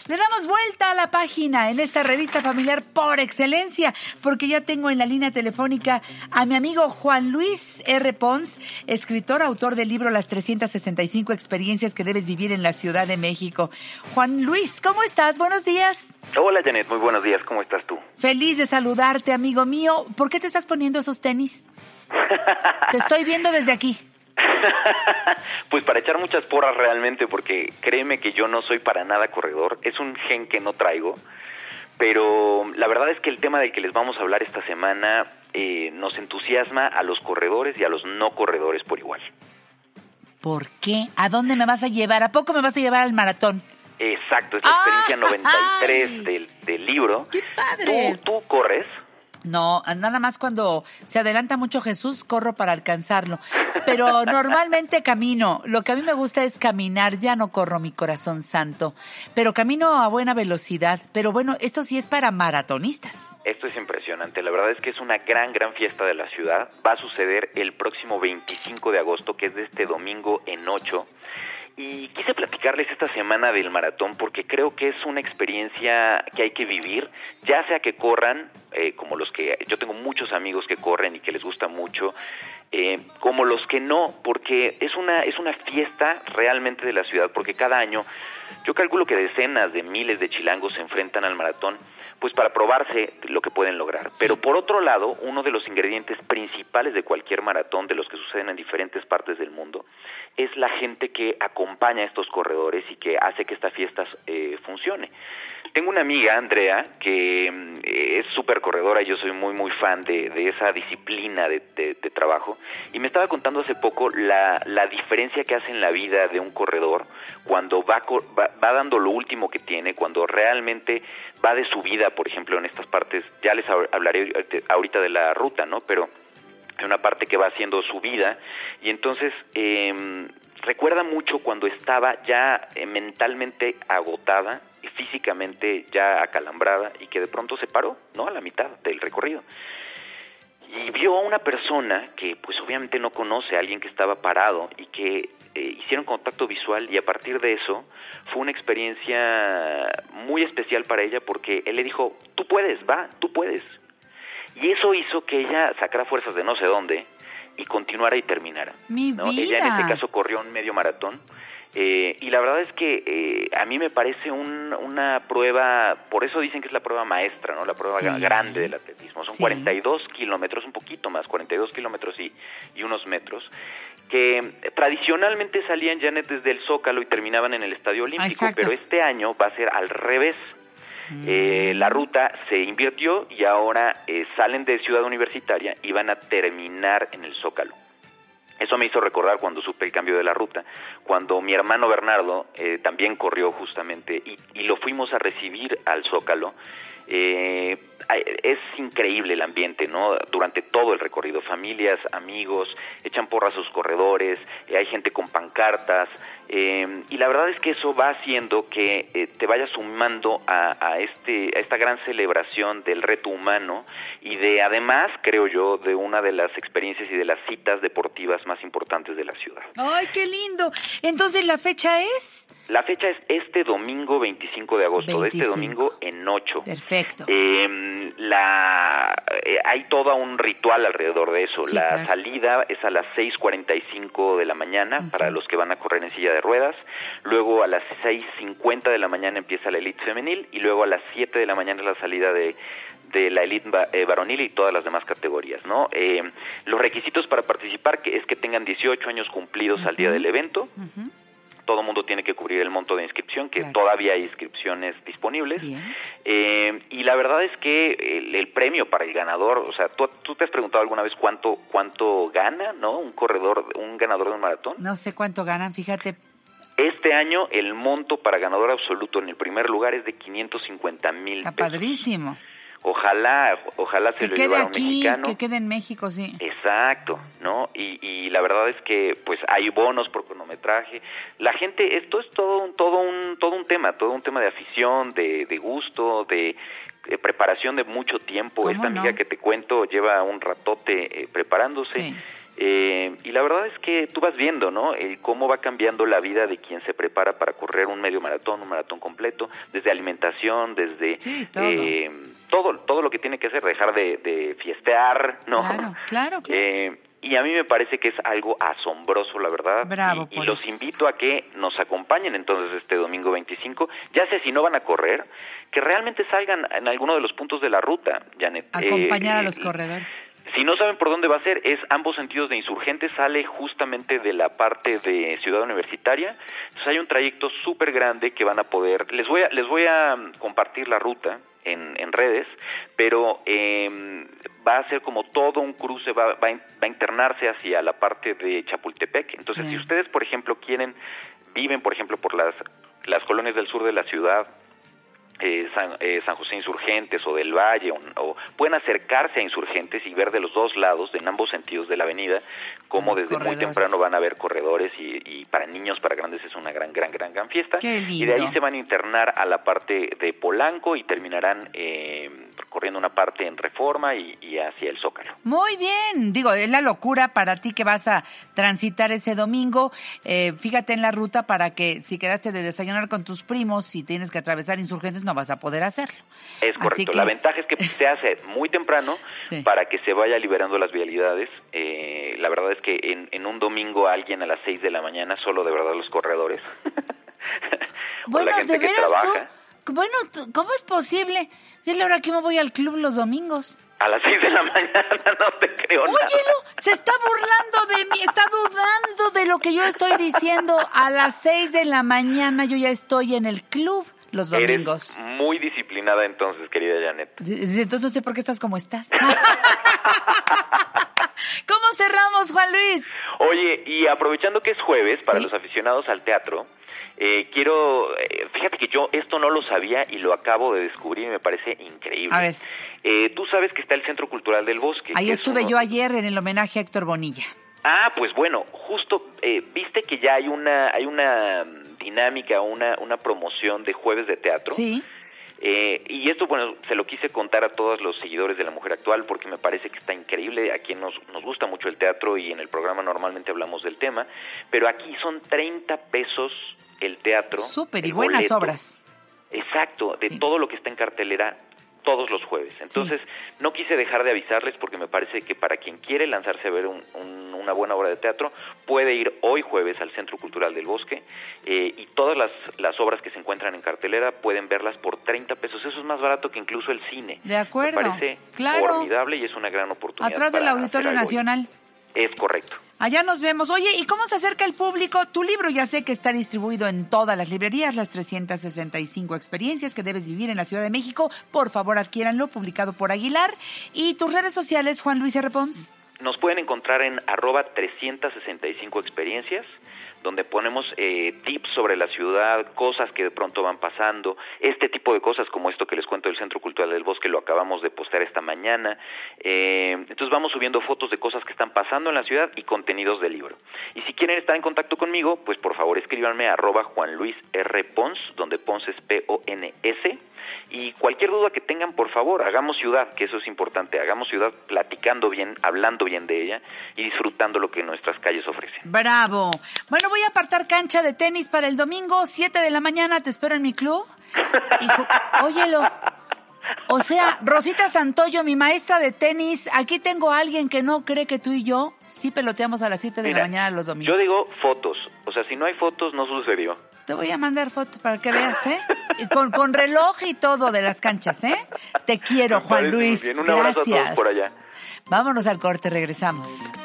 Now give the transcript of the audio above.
Le damos vuelta a la página en esta revista familiar por excelencia, porque ya tengo en la línea telefónica a mi amigo Juan Luis R. Pons, escritor, autor del libro Las 365 experiencias que debes vivir en la Ciudad de México. Juan Luis, ¿cómo estás? Buenos días. Hola, Janet, muy buenos días. ¿Cómo estás tú? Feliz de saludarte, amigo mío. ¿Por qué te estás poniendo esos tenis? Te estoy viendo desde aquí. Pues para echar muchas porras realmente, porque créeme que yo no soy para nada corredor, es un gen que no traigo, pero la verdad es que el tema del que les vamos a hablar esta semana nos entusiasma a los corredores y a los no corredores por igual. ¿Por qué? ¿A dónde me vas a llevar? ¿A poco me vas a llevar al maratón? Exacto, es la experiencia 93 del libro. ¡Qué padre! ¿Tú corres? No, nada más cuando se adelanta mucho Jesús, corro para alcanzarlo. Pero normalmente camino. Lo que a mí me gusta es caminar. Ya no corro, mi corazón santo. Pero camino a buena velocidad. Pero bueno, esto sí es para maratonistas. Esto es impresionante. La verdad es que es una gran fiesta de la ciudad. Va a suceder el próximo 25 de agosto, que es de este domingo en 8. Y quise platicarles esta semana del maratón porque creo que es una experiencia que hay que vivir, ya sea que corran, como los que yo tengo muchos amigos que corren y que les gusta mucho, como los que no, porque es una fiesta realmente de la ciudad, porque cada año yo calculo que decenas de miles de chilangos se enfrentan al maratón, pues para probarse lo que pueden lograr. Sí. Pero por otro lado, uno de los ingredientes principales de cualquier maratón, de los que suceden en diferentes partes del mundo, es la gente que acompaña a estos corredores y que hace que esta fiesta funcione. Tengo una amiga, Andrea, que es súper corredora y yo soy muy fan de esa disciplina de trabajo, y me estaba contando hace poco la diferencia que hace en la vida de un corredor cuando va dando lo último que tiene, cuando realmente va de su vida, por ejemplo, en estas partes. Ya les hablaré ahorita de la ruta, ¿no? Pero hay una parte que va haciendo su vida, y entonces recuerda mucho cuando estaba ya mentalmente agotada, físicamente ya acalambrada, y que de pronto se paró, ¿no?, a la mitad del recorrido. Y vio a una persona que pues obviamente no conoce, a alguien que estaba parado, y que hicieron contacto visual, y a partir de eso fue una experiencia muy especial para ella, porque él le dijo: tú puedes, tú puedes. Y eso hizo que ella sacara fuerzas de no sé dónde y continuara y terminara, ¿no? Ella en este caso corrió un medio maratón. Y la verdad es que a mí me parece una prueba, por eso dicen que es la prueba maestra, ¿no? La prueba grande del atletismo. Son 42 kilómetros, un poquito más, 42 kilómetros y unos metros, que tradicionalmente salían, Janet, desde el Zócalo y terminaban en el Estadio Olímpico. Exacto. Pero este año va a ser al revés. La ruta se invirtió y ahora salen de Ciudad Universitaria y van a terminar en el Zócalo. Eso me hizo recordar cuando supe el cambio de la ruta, cuando mi hermano Bernardo también corrió justamente y lo fuimos a recibir al Zócalo. Es increíble el ambiente, ¿no? Durante todo el recorrido, familias, amigos, echan porras a sus corredores, hay gente con pancartas, y la verdad es que eso va haciendo que te vayas sumando a esta gran celebración del reto humano, y de, además, creo yo, de una de las experiencias y de las citas deportivas más importantes de la ciudad. ¡Ay, qué lindo! Entonces, ¿la fecha es? La fecha es este domingo 25 de agosto, 25. De este domingo en 8. Perfecto. Hay todo un ritual alrededor de eso. La claro. salida es a las 6:45 de la mañana, para los que van a correr en silla de ruedas. Luego a las 6:50 de la mañana empieza la elite femenil, y luego a las 7 de la mañana es la salida de la elite varonil y todas las demás categorías, ¿no? Los requisitos para participar es que tengan 18 años cumplidos al día del evento. Todo mundo tiene que cubrir el monto de inscripción, que claro, todavía hay inscripciones disponibles. Y la verdad es que el premio para el ganador, o sea, ¿tú te has preguntado alguna vez cuánto gana, ¿no?, un ganador de un maratón? No sé cuánto ganan, fíjate. Este año el monto para ganador absoluto en el primer lugar es de 550,000 pesos. Está padrísimo. Ojalá se lo llevara un mexicano. Que quede en México, sí. Exacto, ¿no? Y la verdad es que pues hay bonos por cronometraje. La gente, esto es todo un tema de afición, de gusto, de preparación de mucho tiempo. Esta amiga que te cuento lleva un ratote preparándose. Sí. Y la verdad es que tú vas viendo, ¿no? Cómo va cambiando la vida de quien se prepara para correr un medio maratón, un maratón completo, desde alimentación, desde todo lo que tiene que hacer, dejar de fiestear, ¿no? Claro. Y a mí me parece que es algo asombroso, la verdad. Bravo, y los invito a que nos acompañen entonces este domingo 25. Ya sé, si no van a correr, que realmente salgan en alguno de los puntos de la ruta, Janet. Acompañar a los corredores. Si no saben por dónde va a ser, es ambos sentidos de Insurgentes, sale justamente de la parte de Ciudad Universitaria. Entonces hay un trayecto súper grande que van a poder... Les voy a compartir la ruta en redes, pero va a ser como todo un cruce, va a internarse hacia la parte de Chapultepec. Entonces, si ustedes, por ejemplo, viven, por ejemplo, por las colonias del sur de la ciudad, San José Insurgentes o del Valle, o pueden acercarse a Insurgentes y ver de los dos lados, en ambos sentidos de la avenida, cómo desde muy temprano van a haber corredores y para niños, para grandes es una gran fiesta. Qué lindo. Y de ahí se van a internar a la parte de Polanco y terminarán corriendo una parte en Reforma y hacia el Zócalo. Muy bien, digo, es la locura para ti que vas a transitar ese domingo. Fíjate en la ruta para que si quedaste de desayunar con tus primos y tienes que atravesar Insurgentes, no vas a poder hacerlo. Es correcto, la ventaja es que se hace muy temprano para que se vaya liberando las vialidades. La verdad es que en un domingo alguien a las 6 de la mañana, solo de verdad los corredores. Bueno, la gente de veras que trabaja. ¿Cómo es posible? Es la hora que me voy al club los domingos. A las 6 de la mañana, no te creo nada. Óyelo, se está burlando de mí, está dudando de lo que yo estoy diciendo. A las 6 de la mañana yo ya estoy en el club los domingos. Eres muy disciplinada entonces, querida Janet. Entonces no sé por qué estás como estás. ¿Cómo cerramos, Juan Luis? Oye, y aprovechando que es jueves, para los aficionados al teatro, fíjate que yo esto no lo sabía y lo acabo de descubrir y me parece increíble. A ver. Tú sabes que está el Centro Cultural del Bosque. Ahí estuve yo ayer en el homenaje a Héctor Bonilla. Ah, pues bueno, justo, viste que ya hay una dinámica, una promoción de jueves de teatro. Sí. Y esto, bueno, se lo quise contar a todos los seguidores de La Mujer Actual porque me parece que está increíble. A quien nos gusta mucho el teatro y en el programa normalmente hablamos del tema, pero aquí son 30 pesos el teatro. Súper, y buenas boleto. Obras. Exacto, de todo lo que está en cartelera todos los jueves. Entonces, no quise dejar de avisarles porque me parece que para quien quiere lanzarse a ver una buena obra de teatro, puede ir hoy jueves al Centro Cultural del Bosque y todas las obras que se encuentran en cartelera pueden verlas por 30 pesos. Eso es más barato que incluso el cine. De acuerdo. Me parece formidable y es una gran oportunidad. Atrás del Auditorio Nacional. Es correcto. Allá nos vemos. Oye, ¿y cómo se acerca el público? Tu libro ya sé que está distribuido en todas las librerías, las 365 experiencias que debes vivir en la Ciudad de México. Por favor, adquiéranlo, publicado por Aguilar. ¿Y tus redes sociales, Juan Luis R. Pons? Nos pueden encontrar en @365experiencias, donde ponemos tips sobre la ciudad, cosas que de pronto van pasando, este tipo de cosas como esto que les cuento del Centro Cultural del Bosque, lo acabamos de postear esta mañana. Entonces vamos subiendo fotos de cosas que están pasando en la ciudad y contenidos del libro. Y si quieren estar en contacto conmigo, pues por favor escríbanme a @JuanLuisRPons, donde Pons es P-O-N-S. Y cualquier duda que tengan, por favor, hagamos ciudad, que eso es importante, hagamos ciudad platicando bien, hablando bien de ella y disfrutando lo que nuestras calles ofrecen. ¡Bravo! Bueno, voy a apartar cancha de tenis para el domingo, 7 de la mañana, te espero en mi club. Óyelo. O sea, Rosita Santoyo, mi maestra de tenis, aquí tengo a alguien que no cree que tú y yo sí peloteamos a las 7 de la mañana los domingos. Yo digo fotos, o sea, si no hay fotos, no sucedió. Te voy a mandar fotos para que veas, ¿eh? Con reloj y todo de las canchas, ¿eh? Te quiero, Juan Luis. Bien. Un abrazo a todos por allá. Vámonos al corte, regresamos.